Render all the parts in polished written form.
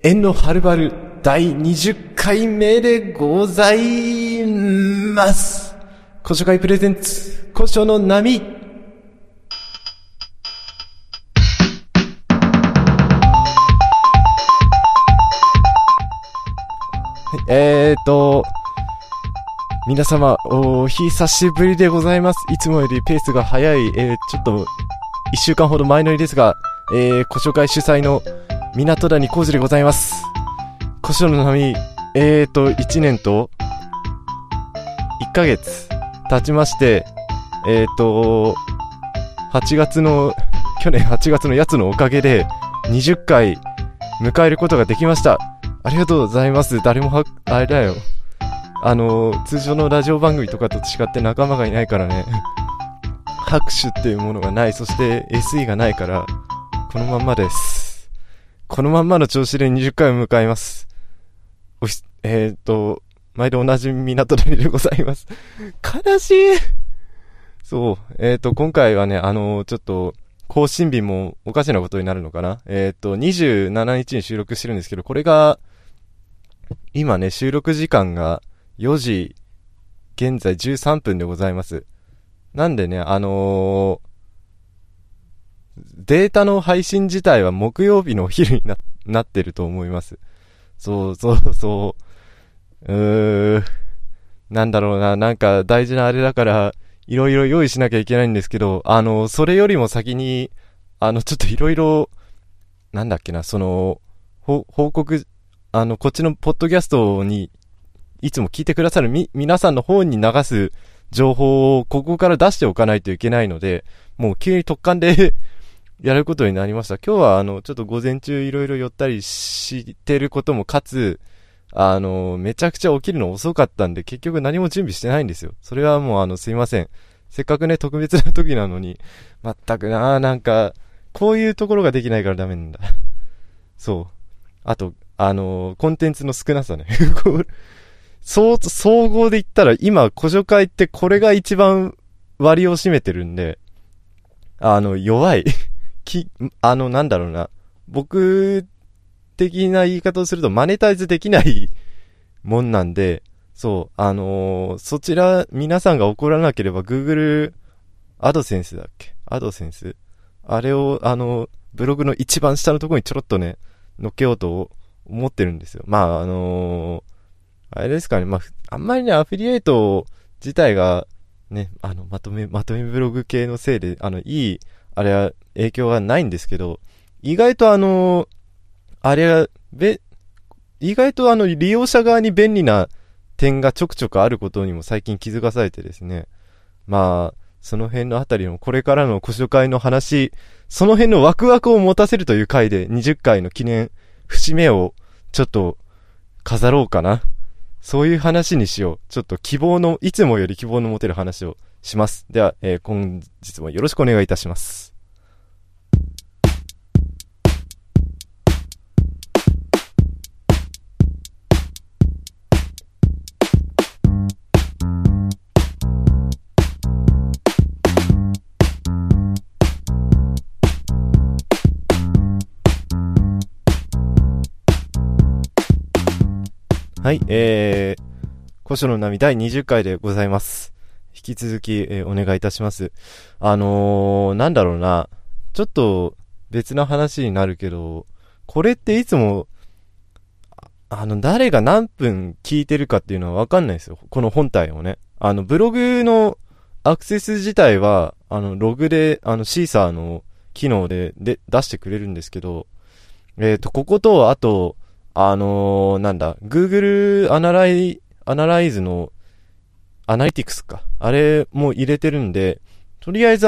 縁のはるばる第20回目でございます。古書会プレゼンツ、古書の波。皆様、お久しぶりでございます。いつもよりペースが早い、ちょっと、1週間ほど前乗りですが、古書会主催の港谷浩二でございます。古書の波、1年と、1ヶ月経ちまして、去年8月のやつのおかげで、20回迎えることができました。ありがとうございます。誰もあれだよ。通常のラジオ番組とかと違って仲間がいないからね。拍手っていうものがない。そして SE がないから、このまんまです。このまんまの調子で20回を迎えます。毎度同じ港谷でございます。悲しい。そう。今回はね、ちょっと、更新日もおかしなことになるのかな。27日に収録してるんですけど、これが、今ね、収録時間が4時、現在13分でございます。なんでね、データの配信自体は木曜日のお昼になってると思います。そう。なんだろうな、なんか大事なあれだから、いろいろ用意しなきゃいけないんですけど、それよりも先に、ちょっといろいろ、なんだっけな、報告、こっちのポッドキャストに、いつも聞いてくださる皆さんの方に流す情報をここから出しておかないといけないので、もう急に突貫でやることになりました。今日はちょっと午前中いろいろ寄ったりしてることもかつ、めちゃくちゃ起きるの遅かったんで、結局何も準備してないんですよ。それはもうすいません。せっかくね、特別な時なのに、全くなんか、こういうところができないからダメなんだ。そう。あと、コンテンツの少なさね。総合で言ったら、今、古書会ってこれが一番割を占めてるんで、弱い。なんだろうな。僕的な言い方をすると、マネタイズできないもんなんで、そう、そちら、皆さんが怒らなければ、Google、アドセンスだっけ？アドセンス？あれを、ブログの一番下のところにちょろっとね、乗っけようと思ってるんですよ。あれですかね、あんまりね、アフィリエイト自体が、ね、まとめブログ系のせいで、いい、あれは影響がないんですけど、意外と意外と利用者側に便利な点がちょくちょくあることにも最近気づかされてですね。その辺のあたりのこれからの古書会の話、その辺のワクワクを持たせるという回で20回の記念節目をちょっと飾ろうかな。そういう話にしよう。ちょっといつもより希望の持てる話をします。では、本日もよろしくお願いいたします。はい、古書の波第20回でございます。引き続き、お願いいたします。なんだろうな。ちょっと別な話になるけど、これっていつも、誰が何分聞いてるかっていうのはわかんないですよ。この本体をね。ブログのアクセス自体は、ログで、シーサーの機能で出してくれるんですけど、ここと、あと、Google アナライズのアナリティクスか。あれも入れてるんで、とりあえず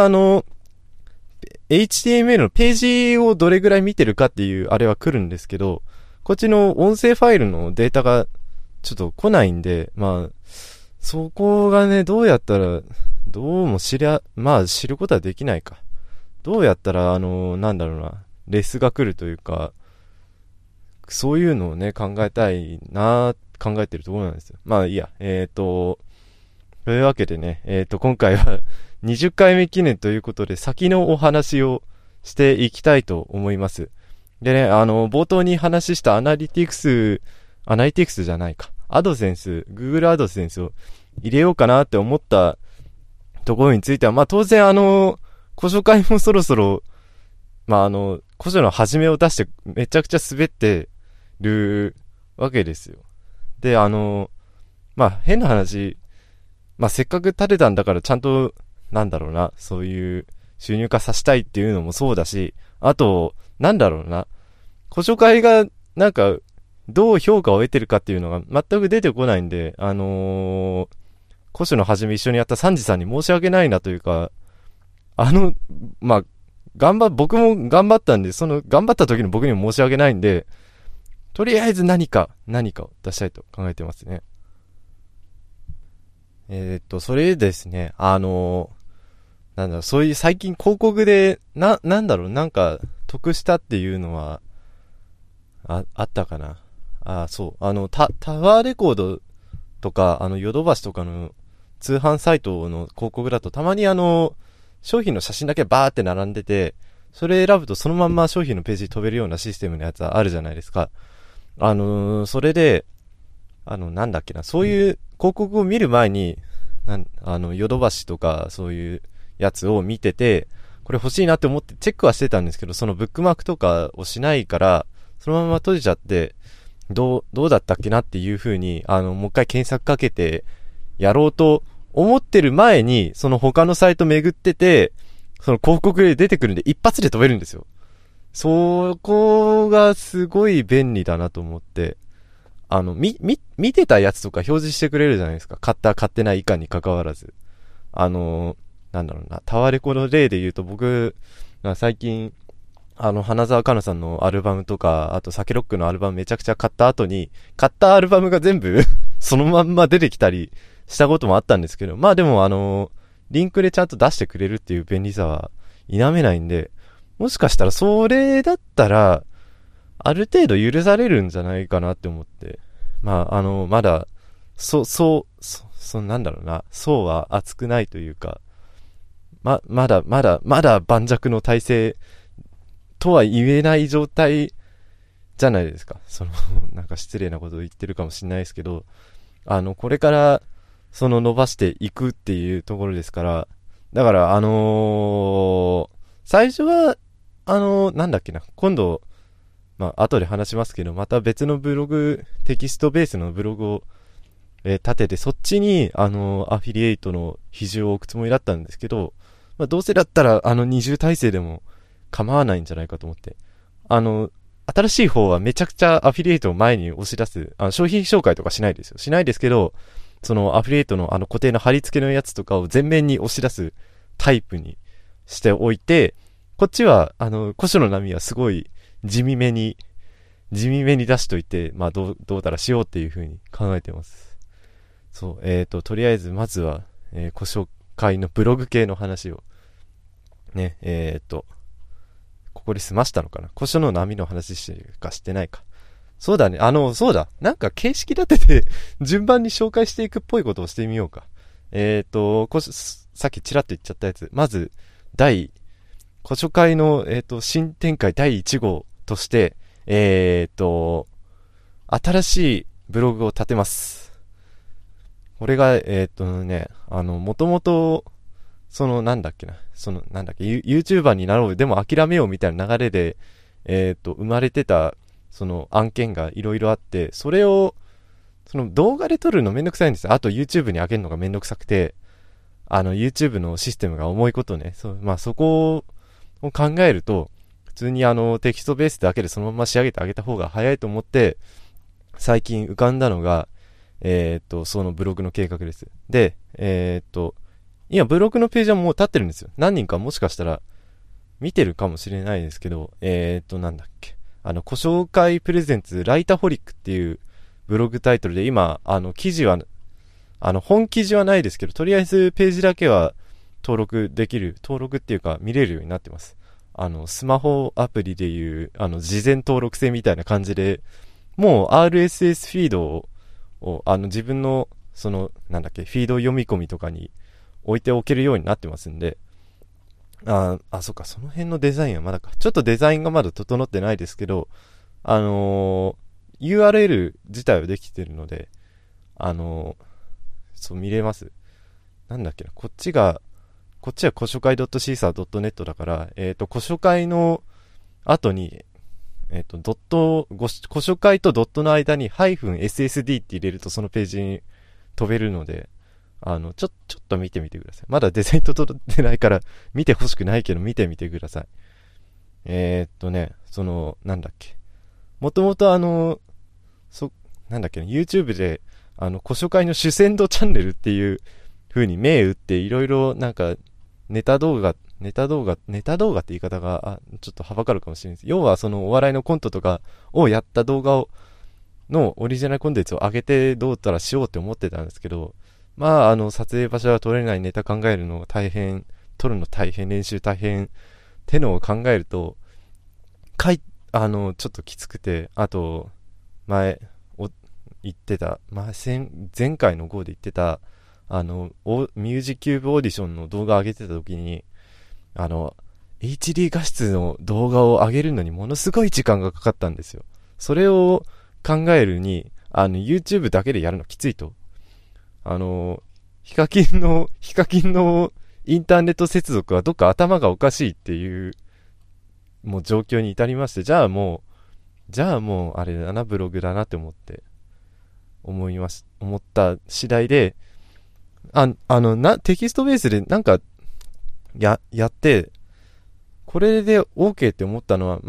HTML のページをどれぐらい見てるかっていうあれは来るんですけど、こっちの音声ファイルのデータがちょっと来ないんで、そこがね、どうやったら、どうも知ることはできないか。どうやったら、レスが来るというか、そういうのをね、考えてるところなんですよ。いいや。というわけでね、今回は20回目記念ということで、先のお話をしていきたいと思います。 でね、冒頭に話したアナリティクスじゃないか。アドセンス、Google アドセンスを入れようかなって思ったところについては、まあ当然古書会もそろそろ、まあ古書の始めを出してめちゃくちゃ滑ってるわけですよ。で、まあ変な話、まあせっかく立てたんだからちゃんと、なんだろうな、そういう収入化させたいっていうのもそうだし、あと、なんだろうな、古書会がなんかどう評価を得てるかっていうのが全く出てこないんで、古書の始め一緒にやったサンジさんに申し訳ないなというか、まあ、僕も頑張ったんで、その頑張った時の僕にも申し訳ないんで、とりあえず何かを出したいと考えてますね。それですね、なんだろう、そういう最近広告で、なんだろう、なんか得したっていうのは、あったかな。そう。タワーレコードとか、ヨドバシとかの通販サイトの広告だと、たまに商品の写真だけバーって並んでて、それ選ぶとそのまんま商品のページに飛べるようなシステムのやつはあるじゃないですか。それで、なんだっけな、そういう広告を見る前に、ヨドバシとかそういうやつを見てて、これ欲しいなって思ってチェックはしてたんですけど、そのブックマークとかをしないから、そのまま閉じちゃって、どうだったっけなっていう風に、もう一回検索かけて、やろうと思ってる前に、その他のサイト巡ってて、その広告で出てくるんで一発で飛べるんですよ。そこがすごい便利だなと思って、見てたやつとか表示してくれるじゃないですか。買ってない以下に関わらず。なんだろうな、タワレコの例で言うと僕、最近、花澤香菜さんのアルバムとか、あとサケロックのアルバムめちゃくちゃ買った後に、買ったアルバムが全部そのまんま出てきたりしたこともあったんですけど、まあでもリンクでちゃんと出してくれるっていう便利さは否めないんで、もしかしたらそれだったら、ある程度許されるんじゃないかなって思って。まあ、まだ、なんだろうな、そうは熱くないというか、まだ盤石の体制とは言えない状態じゃないですか。なんか失礼なことを言ってるかもしれないですけど、これから、伸ばしていくっていうところですから、だから、最初は、なんだっけな、今度、まあ、後で話しますけど、また別のブログ、テキストベースのブログを、立てて、そっちに、アフィリエイトの比重を置くつもりだったんですけど、まあ、どうせだったら、二重体制でも構わないんじゃないかと思って。新しい方はめちゃくちゃアフィリエイトを前に押し出す、商品紹介とかしないですよ。しないですけど、そのアフィリエイトの固定の貼り付けのやつとかを前面に押し出すタイプにしておいて、こっちは、古書の波はすごい地味めに出しといて、まあどうだらしようっていう風に考えてます。そう、とりあえずまずは、古書会のブログ系の話を、ね、ここで済ましたのかな。古書の波の話してないか。そうだね。そうだ。なんか形式立てて順番に紹介していくっぽいことをしてみようか。さっきちらっと言っちゃったやつ。まず、古書会の、新展開第1号として、新しいブログを立てます。これが、もともと、YouTuber になろう、でも諦めようみたいな流れで、生まれてた、案件がいろいろあって、それを、動画で撮るのめんどくさいんですよ。あと YouTube に上げるのがめんどくさくて、YouTube のシステムが重いことね。そこを考えると、普通にテキストベースだけでそのまま仕上げてあげた方が早いと思って、最近浮かんだのが、そのブログの計画です。で、今ブログのページはもう立ってるんですよ。何人かもしかしたら見てるかもしれないですけど、なんだっけ。古紹介プレゼンツライタホリックっていうブログタイトルで今、記事は、本記事はないですけど、とりあえずページだけは登録っていうか見れるようになってます。スマホアプリでいう、事前登録制みたいな感じで、もう RSS フィードを、自分の、フィード読み込みとかに置いておけるようになってますんで、 そっか、その辺のデザインはまだか。ちょっとデザインがまだ整ってないですけど、URL 自体はできてるので、そう見れます。なんだっけな、こっちは古書会 .caesar.net だから、古書会の後に、古書会とドットの間に -ssd って入れるとそのページに飛べるので、ちょっと見てみてください。まだデザイン整ってないから見てほしくないけど見てみてください。なんだっけ。もともとなんだっけな、YouTube で、古書会の主戦度チャンネルっていう風に銘打っていろいろなんか、ネタ動画って言い方が、ちょっとはばかるかもしれないです。要はそのお笑いのコントとかをやった動画のオリジナルコンテンツを上げてどうたらしようって思ってたんですけど、撮影場所が取れないネタ考えるのが大変、撮るの大変、練習大変ってのを考えると、ちょっときつくて、あと、言ってた、前回の号で言ってた、ミュージキューブオーディションの動画を上げてた時に、HD 画質の動画を上げるのにものすごい時間がかかったんですよ。それを考えるに、YouTube だけでやるのきついと。ヒカキンのインターネット接続はどっか頭がおかしいっていう、もう状況に至りまして、じゃあもう、あれだな、ブログだなって思った次第で、テキストベースでなんか、やって、これで OK って思ったのは、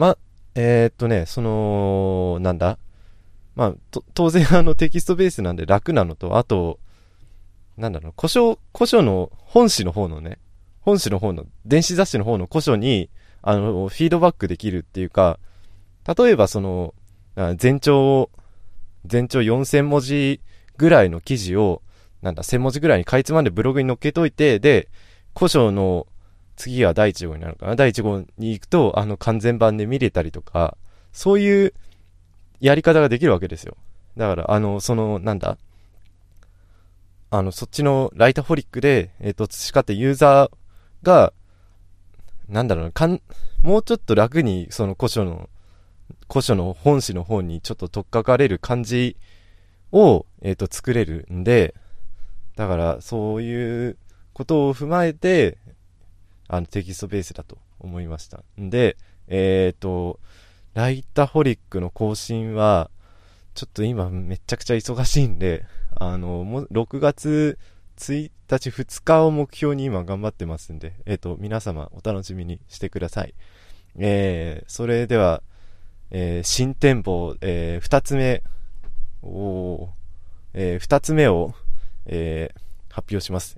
当然テキストベースなんで楽なのと、あと、古書の本誌の方の電子雑誌の方の古書に、フィードバックできるっていうか、例えば全長4000文字ぐらいの記事を、1000文字ぐらいにかいつまんでブログに載っけといて、で、古書の次は第1号になるかな。第1号に行くと、完全版で見れたりとか、そういうやり方ができるわけですよ。だから、そっちのライタホリックで、培ったユーザーが、もうちょっと楽に、古書の本誌の方にちょっと取っかかれる感じを、作れるんで、だから、そういうことを踏まえて、テキストベースだと思いました。んで、ライタホリックの更新は、ちょっと今めちゃくちゃ忙しいんで、もう6月1日2日を目標に今頑張ってますんで、皆様お楽しみにしてください。それでは、新展望、2つ目を、発表します。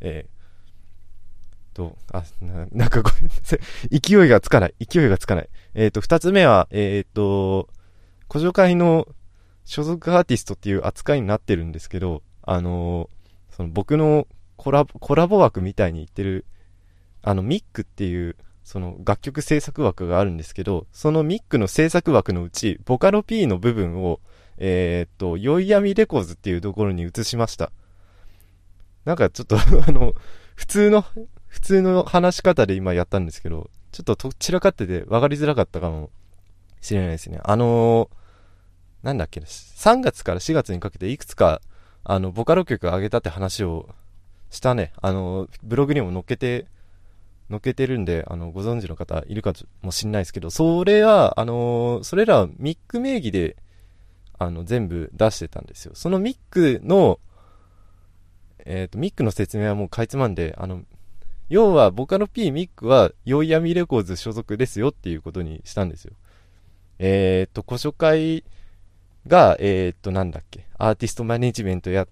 なんかごめんなさい。勢いがつかない。2つ目は、古書会の所属アーティストっていう扱いになってるんですけど、僕のコラボ枠みたいに言ってる、ミックっていう、楽曲制作枠があるんですけど、そのミックの制作枠のうち、ボカロ P の部分を、よいやみレコーズっていうところに移しました。なんかちょっと普通の話し方で今やったんですけど、ちょっと散らかってて分かりづらかったかもしれないですね。なんだっけ、3月から4月にかけていくつか、ボカロ曲上げたって話をしたね。ブログにも載っけてるんで、ご存知の方いるかもしれないですけど、それらミック名義で、全部出してたんですよ。そのミックの説明はもうかいつまんで、要は、ボカロ P ミックは、よいやみレコーズ所属ですよっていうことにしたんですよ。古書会が、なんだっけ、アーティストマネジメントやって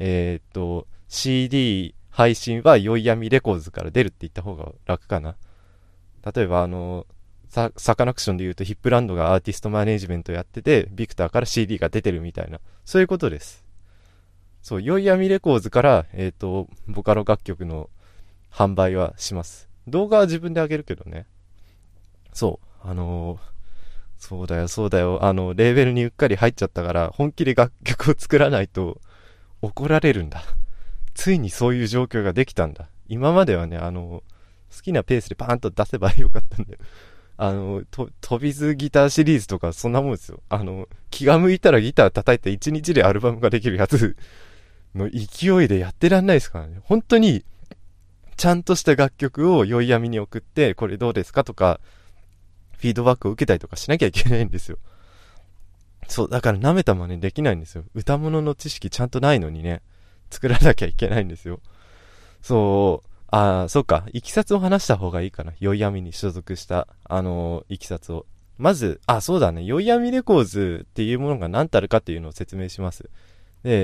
、CD 配信はよいやみレコーズから出るって言った方が楽かな。例えば、サカナクションで言うとヒップランドがアーティストマネジメントやってて、ビクターから CD が出てるみたいな、そういうことです。そう、よいやみレコーズから、ボカロ楽曲の販売はします。動画は自分で上げるけどね。そう、そうだよ、レーベルにうっかり入っちゃったから、本気で楽曲を作らないと怒られるんだ。ついにそういう状況ができたんだ。今まではね、 好きなペースでパーンと出せばよかったんだよ。飛びずギターシリーズとかそんなもんですよ。気が向いたらギター叩いて1日でアルバムができるやつの勢いでやってらんないですからね。本当に、ちゃんとした楽曲を宵闇に送って、これどうですかとか、フィードバックを受けたりとかしなきゃいけないんですよ。そう、だから舐めた真似できないんですよ。歌物の知識ちゃんとないのにね、作らなきゃいけないんですよ。そう、そうか、いきさつを話した方がいいかな。宵闇に所属した、いきさつを。まず、そうだね、宵闇レコーズっていうものが何たるかっていうのを説明します。で、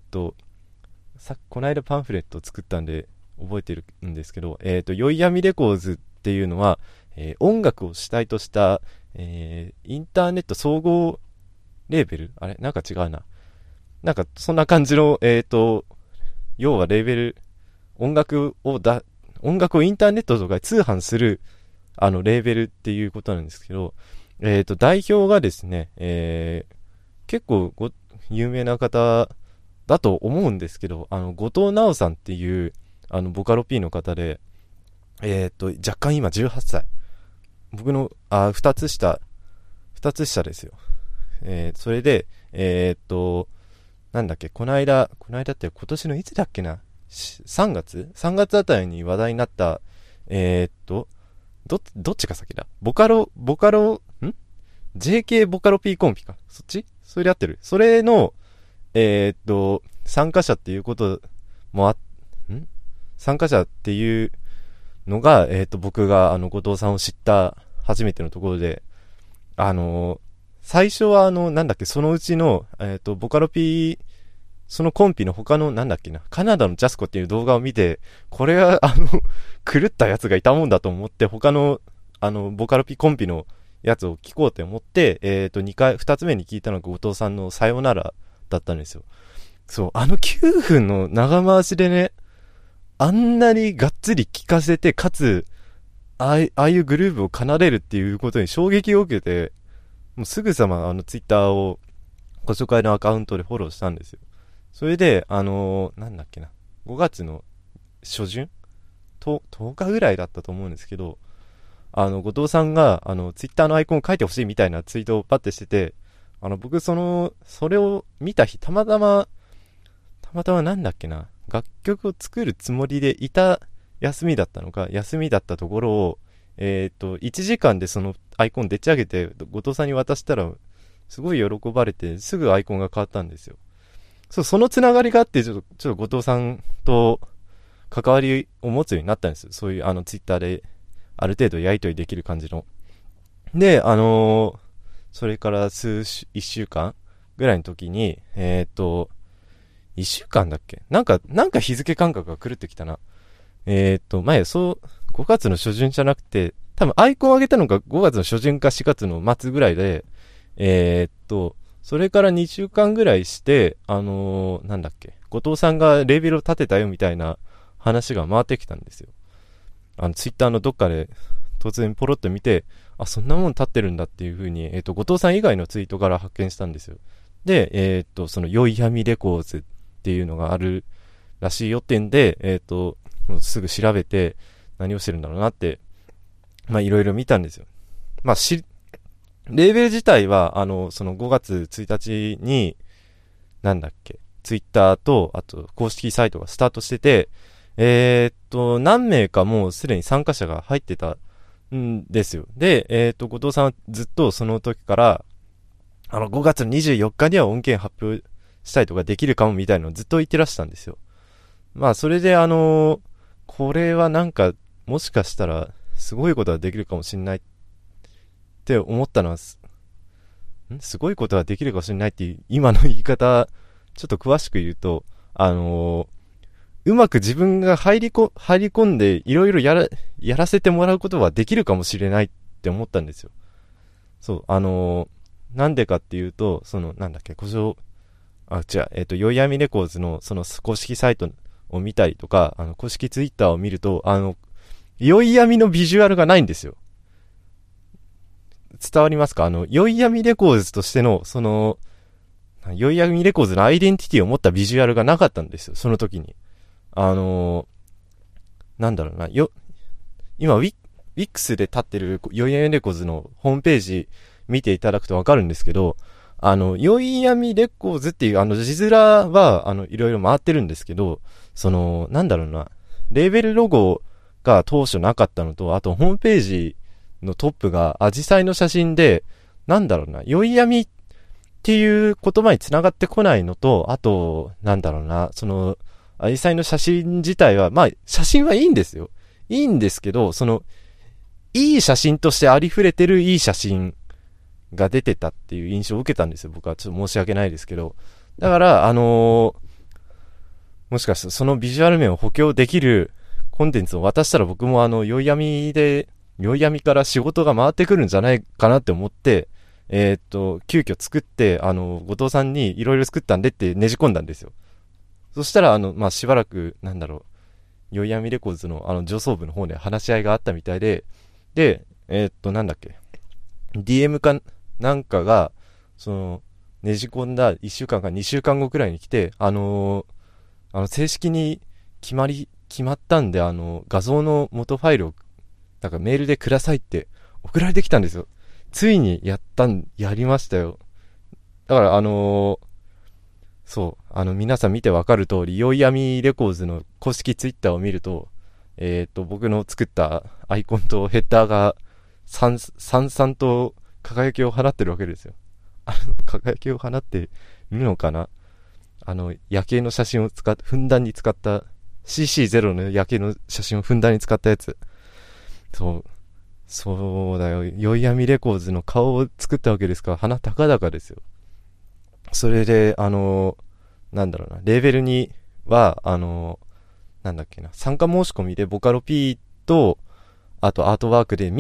この間パンフレットを作ったんで、覚えてるんですけど、宵闇レコーズっていうのは、音楽を主体とした、インターネット総合レーベル、あれなんか違うな。なんか、そんな感じの、要はレーベル、音楽をインターネットとかで通販する、レーベルっていうことなんですけど、代表がですね、結構有名な方だと思うんですけど、後藤直さんっていう、ボカロ P の方で、若干今18歳。僕の、二つ下ですよ。それで、なんだっけ、この間って今年のいつだっけな、3月あたりに話題になった、どっちが先だ、JK ボカロ P コンピか。それで合ってる。それの、参加者っていうことも参加者っていうのが、僕が後藤さんを知った初めてのところで、最初はなんだっけ、そのうちの、ボカロ P、そのコンピの他の、なんだっけな、カナダのジャスコっていう動画を見て、これは、狂ったやつがいたもんだと思って、他の、ボカロ P コンピのやつを聞こうと思って、二つ目に聞いたのが後藤さんのさよならだったんですよ。そう、9分の長回しでね、あんなにがっつり聞かせて、かつ、ああいうグルーヴを奏でるっていうことに衝撃を受けて、もうすぐさまツイッターをご紹介のアカウントでフォローしたんですよ。それで、なんだっけな、5月の初旬10日ぐらいだったと思うんですけど、後藤さんが、ツイッターのアイコンを書いてほしいみたいなツイートをパッてしてて、僕それを見た日、たまたまなんだっけな、楽曲を作るつもりでいた休みだったのか、休みだったところを、1時間でそのアイコンでっち上げて、後藤さんに渡したら、すごい喜ばれて、すぐアイコンが変わったんですよ。そのつながりがあって、ちょっと後藤さんと関わりを持つようになったんですよ。そういうツイッターで、ある程度やりとりできる感じの。で、それから1週間ぐらいの時に、1週間だっけ、なんか日付感覚が狂ってきたな。5月の初旬じゃなくて、多分アイコンを上げたのが5月の初旬か4月の末ぐらいで、それから2週間ぐらいして、なんだっけ、後藤さんがレーベルを立てたよみたいな話が回ってきたんですよ。ツイッターのどっかで突然ポロッと見て、そんなもん立ってるんだっていう風に、後藤さん以外のツイートから発見したんですよ。で、その宵闇レコーズっていうのがあるらしいよってんで、すぐ調べて何をしてるんだろうなって、いろいろ見たんですよ。レーベル自体は、その5月1日に、なんだっけ、ツイッターと、あと公式サイトがスタートしてて、何名かもうすでに参加者が入ってたんですよ。で、後藤さんはずっとその時から、5月の24日には音源発表したりとかできるかもみたいなのをずっと言ってらしたんですよ。それでこれはなんか、もしかしたら、すごいことができるかもしれないって思ったのは、すごいことができるかもしれないっていう、今の言い方、ちょっと詳しく言うと、うまく自分が入り込んで、いろいろやらせてもらうことはできるかもしれないって思ったんですよ。そう、なんでかっていうと、なんだっけ、宵闇レコーズの、その公式サイトを見たりとか、公式ツイッターを見ると、宵闇のビジュアルがないんですよ。伝わりますか？宵闇レコーズとしての、宵闇レコーズのアイデンティティを持ったビジュアルがなかったんですよ、その時に。なんだろうな、 今、Wix で立ってるよいやみレコーズのホームページ見ていただくとわかるんですけど、よいやみレコーズっていう字面は、いろいろ回ってるんですけど、なんだろうな、レーベルロゴが当初なかったのと、あとホームページのトップがアジサイの写真で、なんだろうな、よいやみっていう言葉に繋がってこないのと、あと、なんだろうな、アジサイの写真自体は、まあ、写真はいいんですよ。いいんですけど、いい写真としてありふれてるいい写真が出てたっていう印象を受けたんですよ。僕はちょっと申し訳ないですけど。だから、もしかしてそのビジュアル面を補強できるコンテンツを渡したら僕もよいやみから仕事が回ってくるんじゃないかなって思って、急遽作って、後藤さんにいろいろ作ったんでってねじ込んだんですよ。そしたら、まあ、しばらく、なんだろう、よいやみレコーズの上層部の方で話し合いがあったみたいで、で、なんだっけ、DM かなんかが、ねじ込んだ1週間か2週間後くらいに来て、正式に決まったんで、画像の元ファイルを、なんかメールでくださいって送られてきたんですよ。ついにやりましたよ。だからそう、皆さん見てわかる通り、よいやみレコーズの公式ツイッターを見ると、僕の作ったアイコンとヘッダーが、さんさんと輝きを放ってるわけですよ。輝きを放っているのかな、夜景の写真をふんだんに使った、CC0 の夜景の写真をふんだんに使ったやつ。そうだよ。よいやみレコーズの顔を作ったわけですから、鼻高々ですよ。それで、なんだろうな、レーベルには、なんだっけな、参加申し込みでボカロ P と、あとアートワークで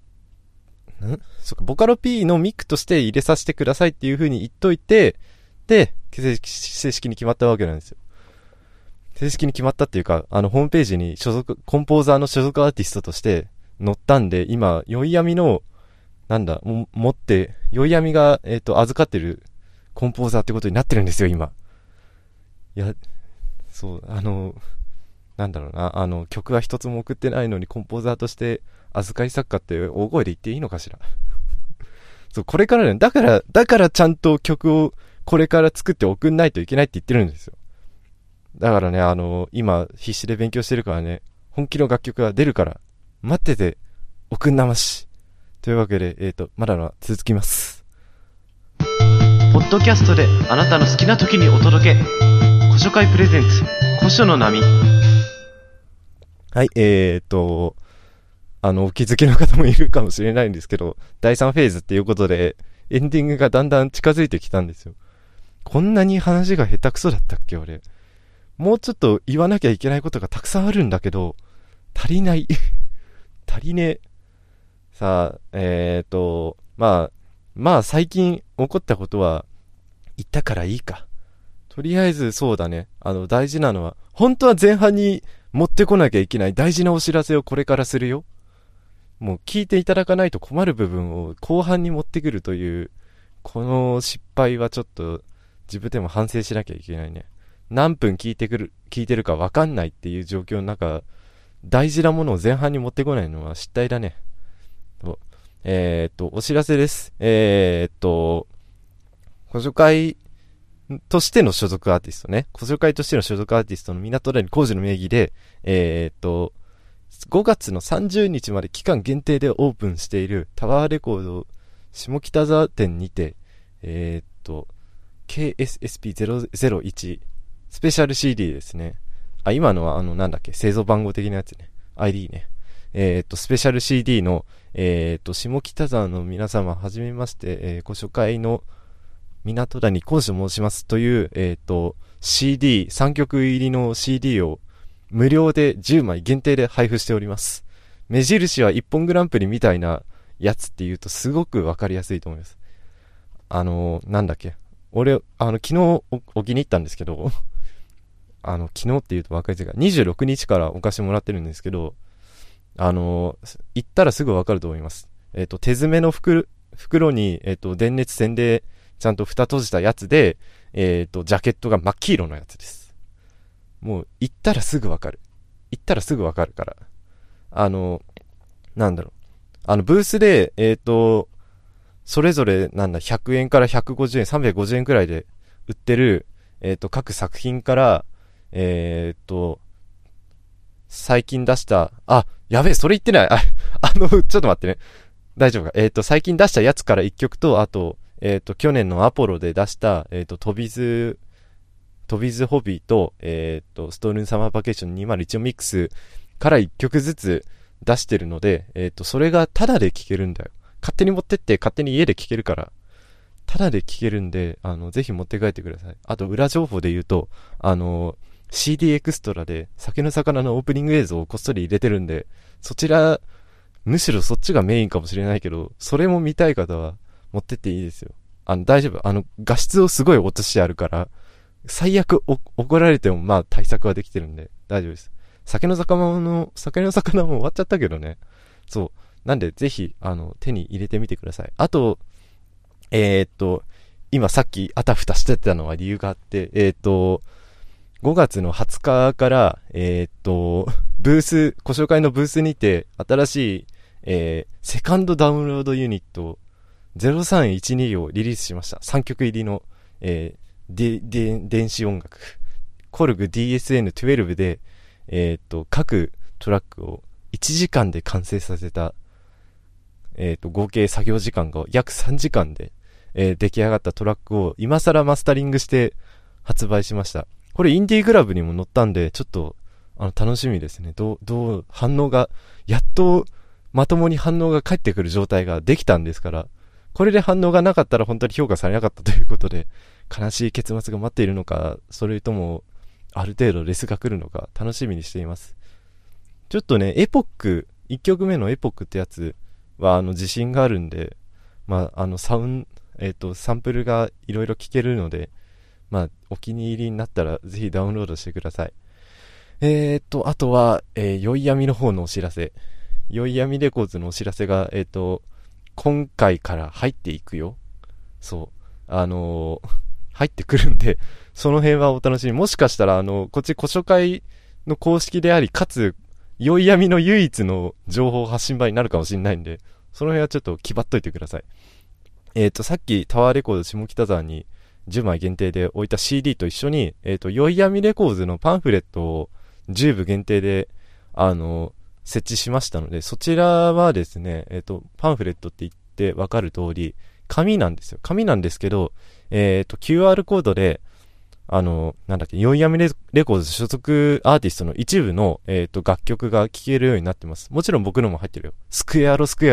ボカロ P のミックとして入れさせてくださいっていう風に言っといて、で、正式に決まったわけなんですよ。正式に決まったっていうか、ホームページにコンポーザーの所属アーティストとして載ったんで、今、よいやみの、持って、よいやみが、預かってるコンポーザーってことになってるんですよ、今。いや、そう、なんだろうな、曲は一つも送ってないのにコンポーザーとして預かり作家って大声で言っていいのかしら。そう、これからね、だからちゃんと曲をこれから作って送んないといけないって言ってるんですよ。だからね、今必死で勉強してるからね、本気の楽曲が出るから、待ってて、送んなまし。というわけで、まだ続きます。 ポッドキャストであなたの好きな時にお届け。古書会プレゼンツ、古書の波。 はい、お気づきの方もいるかもしれないんですけど、第3フェーズっていうことで、エンディングがだんだん近づいてきたんですよ。こんなに話が下手くそだったっけ、俺。もうちょっと言わなきゃいけないことがたくさんあるんだけど、足りない。足りねえ。さあ、まあ最近起こったことは言ったからいいか。とりあえずそうだね。大事なのは、本当は前半に持ってこなきゃいけない大事なお知らせをこれからするよ。もう聞いていただかないと困る部分を後半に持ってくるという、この失敗はちょっと自分でも反省しなきゃいけないね。何分聞いてるか分かんないっていう状況の中、大事なものを前半に持ってこないのは失態だね。お知らせです。ご紹介としての所属アーティストね。ご紹介としての所属アーティストの港谷浩二の名義で、5月の30日まで期間限定でオープンしているタワーレコード下北沢店にて、KSSP001 スペシャル CD ですね。今のは製造番号的なやつね。ID ね。スペシャル CD の、下北沢の皆様、はじめまして、ご紹介の港谷浩二と申しますという、CD、3曲入りの CD を無料で10枚限定で配布しております。目印は一本グランプリみたいなやつって言うとすごくわかりやすいと思います。俺、昨日お気に入ったんですけど、昨日って言うとわかりづらい。26日からお貸しもらってるんですけど、行ったらすぐわかると思います。手詰めの袋に、電熱線でちゃんと蓋閉じたやつで、ジャケットが真っ黄色のやつです。もう、行ったらすぐわかる。行ったらすぐわかるから。 なんだろう。ブースで、それぞれ、100円から150円、350円くらいで売ってる、各作品から、最近出した、やべえ、それ言ってない。ちょっと待ってね。大丈夫か。最近出したやつから1曲と、あと、去年のアポロで出した、トビズホビーと、ストールンサマーバケーション201ミックスから1曲ずつ出してるので、それがタダで聴けるんだよ。勝手に持ってって勝手に家で聴けるから、タダで聴けるんで、ぜひ持って帰ってください。あと、裏情報で言うと、CD エクストラで酒の魚のオープニング映像をこっそり入れてるんで、そちら、むしろそっちがメインかもしれないけど、それも見たい方は持ってっていいですよ。大丈夫。画質をすごい落としてあるから、最悪怒られてもまあ対策はできてるんで大丈夫です。酒の魚も終わっちゃったけどね。そう。なんでぜひ、手に入れてみてください。あと、今さっきあたふたしてたのは理由があって、5月の20日から、ブース、ご紹介のブースにて、新しい、セカンドダウンロードユニット0312をリリースしました。3曲入りの、電子音楽。コルグ DSN12 で、各トラックを1時間で完成させた、合計作業時間が約3時間で、出来上がったトラックを今更マスタリングして発売しました。これインディーグラブにも載ったんで、ちょっと、楽しみですね。どう、反応が、やっと、まともに反応が返ってくる状態ができたんですから、これで反応がなかったら本当に評価されなかったということで、悲しい結末が待っているのか、それとも、ある程度レスが来るのか、楽しみにしています。ちょっとね、エポック、1曲目のエポックってやつは、自信があるんで、まあ、サンプルがいろいろ聴けるので、まあ、お気に入りになったら、ぜひダウンロードしてください。あとは、よいやみの方のお知らせ。よいやみレコーズのお知らせが、今回から入っていくよ。そう。入ってくるんで、その辺はお楽しみ。もしかしたら、こっち古書会の公式であり、かつ、よいやみの唯一の情報発信場になるかもしれないんで、その辺はちょっと気張っといてください。さっきタワーレコード下北沢に10枚限定で置いた CD と一緒に、よいやみレコーズのパンフレットを10部限定で、設置しましたので、そちらはですね、パンフレットって言ってわかる通り、紙なんですよ。紙なんですけど、QR コードで、よいやみレコーズ所属アーティストの一部の、楽曲が聴けるようになってます。もちろん僕のも入ってるよ。スクエアロか。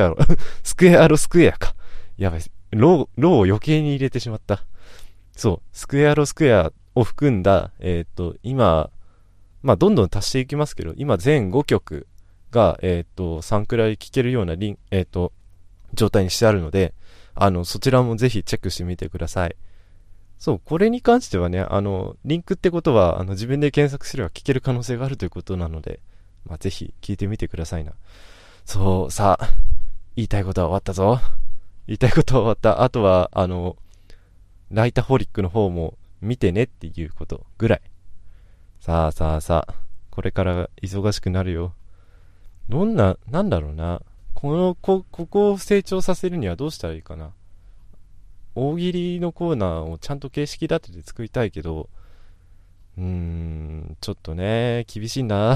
やばい。ローを余計に入れてしまった。そう。スクエアを含んだ、今、まあ、どんどん足していきますけど、今全5曲が、3くらい聴けるような状態にしてあるので、そちらもぜひチェックしてみてください。そう、これに関してはね、リンクってことは、自分で検索すれば聞ける可能性があるということなので、まあ、ぜひ聞いてみてくださいな。そう、さあ、言いたいことは終わったぞ。あとは、ライタホリックの方も見てねっていうことぐらい。さあ、これから忙しくなるよ。なんだろうな。ここを成長させるにはどうしたらいいかな。大喜利のコーナーをちゃんと形式立てて作りたいけど、ちょっとね、厳しいんだ。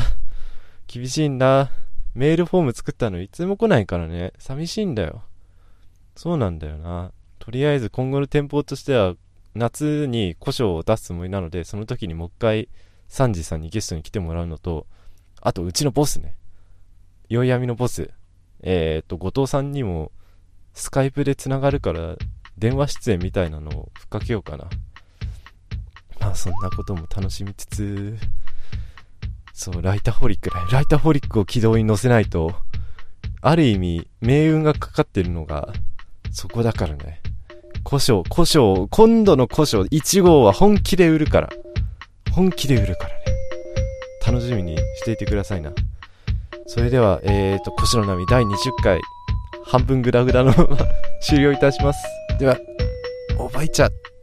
メールフォーム作ったのいつも来ないからね、寂しいんだよ。そうなんだよな。とりあえず今後の展望としては、夏に古書を出すつもりなので、その時にもう一回、サンジさんにゲストに来てもらうのと、あとうちのボスね。よいやみのボス。後藤さんにも、スカイプで繋がるから、電話出演みたいなのをふっかけようかな。まあそんなことも楽しみつつ、そう、ライタホリックを軌道に乗せないと、ある意味、命運がかかってるのが、そこだからね。今度の古書1号は本気で売るからね。楽しみにしていてくださいな。それでは、古書の波第20回、半分グダグダのまま終了いたします。では、おばいちゃん。